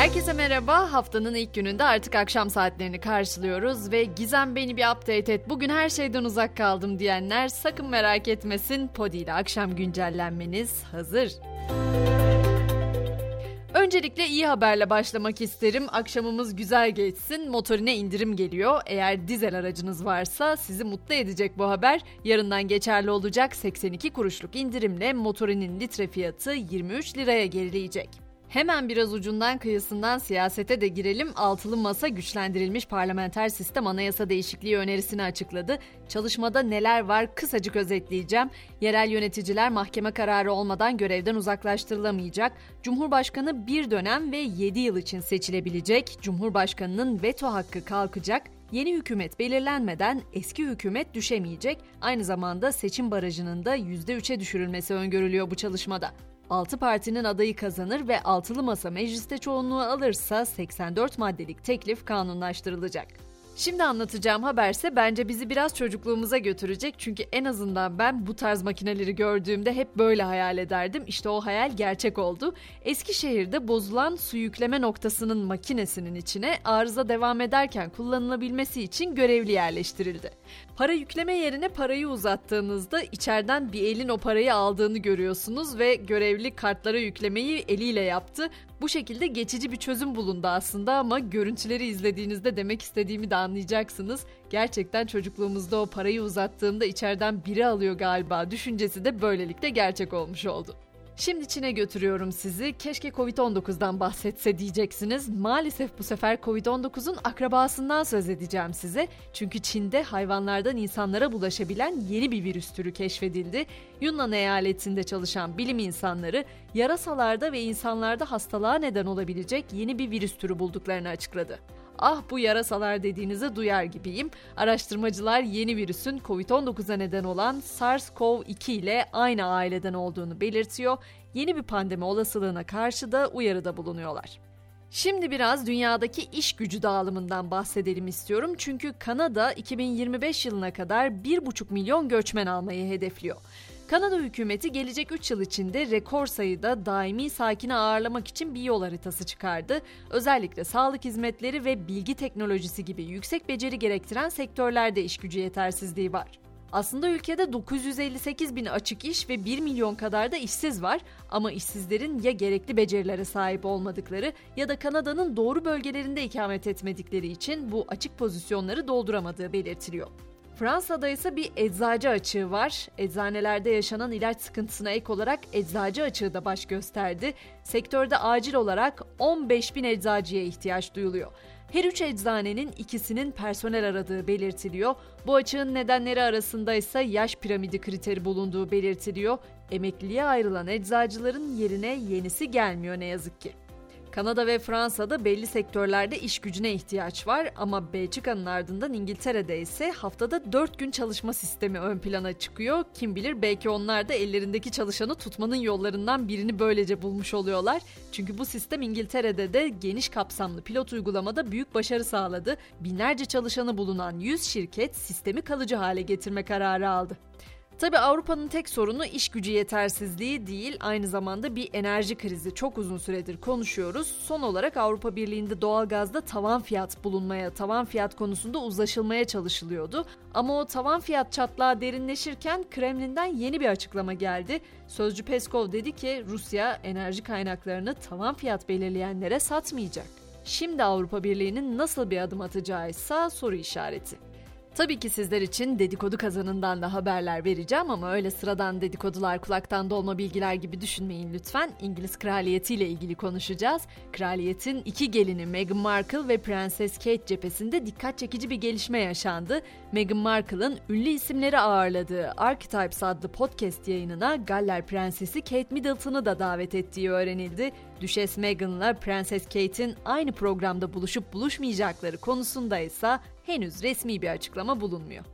Herkese merhaba. Haftanın ilk gününde artık akşam saatlerini karşılıyoruz ve Gizem beni bir update et, bugün her şeyden uzak kaldım diyenler sakın merak etmesin. Podi ile akşam güncellenmeniz hazır. Öncelikle iyi haberle başlamak isterim. Akşamımız güzel geçsin. Motorine indirim geliyor. Eğer dizel aracınız varsa sizi mutlu edecek bu haber. Yarından geçerli olacak 82 kuruşluk indirimle motorinin litre fiyatı 23 liraya gerileyecek. Hemen biraz ucundan kıyısından siyasete de girelim. Altılı Masa güçlendirilmiş parlamenter sistem anayasa değişikliği önerisini açıkladı. Çalışmada neler var kısacık özetleyeceğim. Yerel yöneticiler mahkeme kararı olmadan görevden uzaklaştırılamayacak. Cumhurbaşkanı bir dönem ve 7 yıl için seçilebilecek. Cumhurbaşkanının veto hakkı kalkacak. Yeni hükümet belirlenmeden eski hükümet düşemeyecek. Aynı zamanda seçim barajının da %3'e düşürülmesi öngörülüyor bu çalışmada. 6 partinin adayı kazanır ve Altılı Masa mecliste çoğunluğu alırsa 84 maddelik teklif kanunlaştırılacak. Şimdi anlatacağım haberse bence bizi biraz çocukluğumuza götürecek, çünkü en azından ben bu tarz makineleri gördüğümde hep böyle hayal ederdim. İşte o hayal gerçek oldu. Eskişehir'de bozulan su yükleme noktasının makinesinin içine arıza devam ederken kullanılabilmesi için görevli yerleştirildi. Para yükleme yerine parayı uzattığınızda içeriden bir elin o parayı aldığını görüyorsunuz ve görevli kartlara yüklemeyi eliyle yaptı. Bu şekilde geçici bir çözüm bulundu aslında ama görüntüleri izlediğinizde demek istediğimi de anlayacaksınız. Gerçekten çocukluğumuzda o parayı uzattığımda içeriden biri alıyor galiba düşüncesi de böylelikle gerçek olmuş oldu. Şimdi Çin'e götürüyorum sizi. Keşke Covid-19'dan bahsetse diyeceksiniz. Maalesef bu sefer Covid-19'un akrabasından söz edeceğim size. Çünkü Çin'de hayvanlardan insanlara bulaşabilen yeni bir virüs türü keşfedildi. Yunnan eyaletinde çalışan bilim insanları yarasalarda ve insanlarda hastalığa neden olabilecek yeni bir virüs türü bulduklarını açıkladı. Ah, bu yarasalar dediğinizi duyar gibiyim. Araştırmacılar yeni virüsün Covid-19'a neden olan SARS-CoV-2 ile aynı aileden olduğunu belirtiyor. Yeni bir pandemi olasılığına karşı da uyarıda bulunuyorlar. Şimdi biraz dünyadaki iş gücü dağılımından bahsedelim istiyorum. Çünkü Kanada 2025 yılına kadar 1,5 milyon göçmen almayı hedefliyor. Kanada hükümeti gelecek 3 yıl içinde rekor sayıda daimi sakini ağırlamak için bir yol haritası çıkardı. Özellikle sağlık hizmetleri ve bilgi teknolojisi gibi yüksek beceri gerektiren sektörlerde iş gücü yetersizliği var. Aslında ülkede 958 bin açık iş ve 1 milyon kadar da işsiz var ama işsizlerin ya gerekli becerilere sahip olmadıkları ya da Kanada'nın doğru bölgelerinde ikamet etmedikleri için bu açık pozisyonları dolduramadığı belirtiliyor. Fransa'da ise bir eczacı açığı var. Eczanelerde yaşanan ilaç sıkıntısına ek olarak eczacı açığı da baş gösterdi. Sektörde acil olarak 15 bin eczacıya ihtiyaç duyuluyor. Her 3 eczanenin ikisinin personel aradığı belirtiliyor. Bu açığın nedenleri arasında ise yaş piramidi kriteri bulunduğu belirtiliyor. Emekliliğe ayrılan eczacıların yerine yenisi gelmiyor ne yazık ki. Kanada ve Fransa'da belli sektörlerde iş gücüne ihtiyaç var ama Belçika'nın ardından İngiltere'de ise haftada 4 gün çalışma sistemi ön plana çıkıyor. Kim bilir belki onlar da ellerindeki çalışanı tutmanın yollarından birini böylece bulmuş oluyorlar. Çünkü bu sistem İngiltere'de de geniş kapsamlı pilot uygulamada büyük başarı sağladı. Binlerce çalışanı bulunan 100 şirket sistemi kalıcı hale getirme kararı aldı. Tabii Avrupa'nın tek sorunu iş gücü yetersizliği değil, aynı zamanda bir enerji krizi. Çok uzun süredir konuşuyoruz. Son olarak Avrupa Birliği'nde doğalgazda tavan fiyat konusunda uzlaşılmaya çalışılıyordu. Ama o tavan fiyat çatlağı derinleşirken Kremlin'den yeni bir açıklama geldi. Sözcü Peskov dedi ki Rusya enerji kaynaklarını tavan fiyat belirleyenlere satmayacak. Şimdi Avrupa Birliği'nin nasıl bir adım atacağıysa soru işareti. Tabii ki sizler için dedikodu kazanından da haberler vereceğim ama öyle sıradan dedikodular, kulaktan dolma bilgiler gibi düşünmeyin lütfen. İngiliz kraliyetiyle ilgili konuşacağız. Kraliyetin 2 gelini Meghan Markle ve Prenses Kate cephesinde dikkat çekici bir gelişme yaşandı. Meghan Markle'ın ünlü isimleri ağırladığı Archetypes adlı podcast yayınına Galler Prensesi Kate Middleton'ı da davet ettiği öğrenildi. Düşes Meghan'la Prenses Kate'in aynı programda buluşup buluşmayacakları konusunda ise henüz resmi bir açıklama bulunmuyor.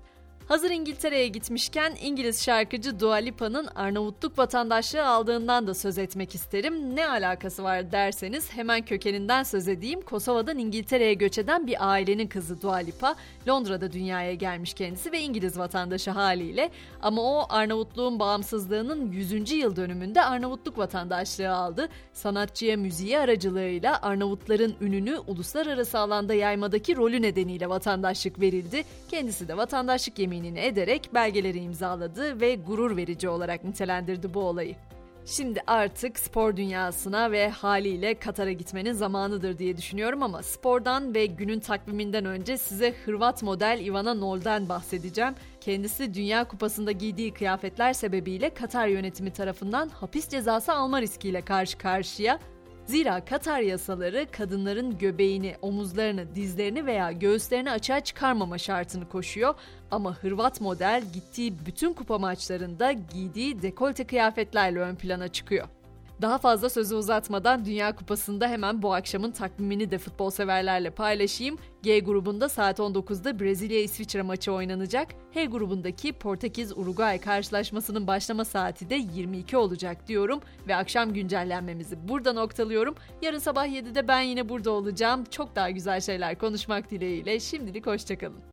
Hazır İngiltere'ye gitmişken İngiliz şarkıcı Dua Lipa'nın Arnavutluk vatandaşlığı aldığından da söz etmek isterim. Ne alakası var derseniz hemen kökeninden söz edeyim. Kosova'dan İngiltere'ye göç eden bir ailenin kızı Dua Lipa. Londra'da dünyaya gelmiş kendisi ve İngiliz vatandaşı haliyle. Ama o Arnavutluğun bağımsızlığının 100. yıl dönümünde Arnavutluk vatandaşlığı aldı. Sanatçıya müziği aracılığıyla Arnavutların ününü uluslararası alanda yaymadaki rolü nedeniyle vatandaşlık verildi. Kendisi de vatandaşlık yeminini ederek belgeleri imzaladı ve gurur verici olarak nitelendirdi bu olayı. Şimdi artık spor dünyasına ve haliyle Katar'a gitmenin zamanıdır diye düşünüyorum ama spordan ve günün takviminden önce size Hırvat model Ivana Nol'dan bahsedeceğim. Kendisi Dünya Kupası'nda giydiği kıyafetler sebebiyle Katar yönetimi tarafından hapis cezası alma riskiyle karşı karşıya. Zira Katar yasaları kadınların göbeğini, omuzlarını, dizlerini veya göğüslerini açığa çıkarmama şartını koşuyor. Ama Hırvat model gittiği bütün kupa maçlarında giydiği dekolte kıyafetlerle ön plana çıkıyor. Daha fazla sözü uzatmadan Dünya Kupası'nda hemen bu akşamın takvimini de futbol severlerle paylaşayım. G grubunda saat 19'da Brezilya-İsviçre maçı oynanacak. H grubundaki Portekiz-Uruguay karşılaşmasının başlama saati de 22 olacak diyorum ve akşam güncellenmemizi burada noktalıyorum. Yarın sabah 7'de ben yine burada olacağım. Çok daha güzel şeyler konuşmak dileğiyle. Şimdilik hoşçakalın.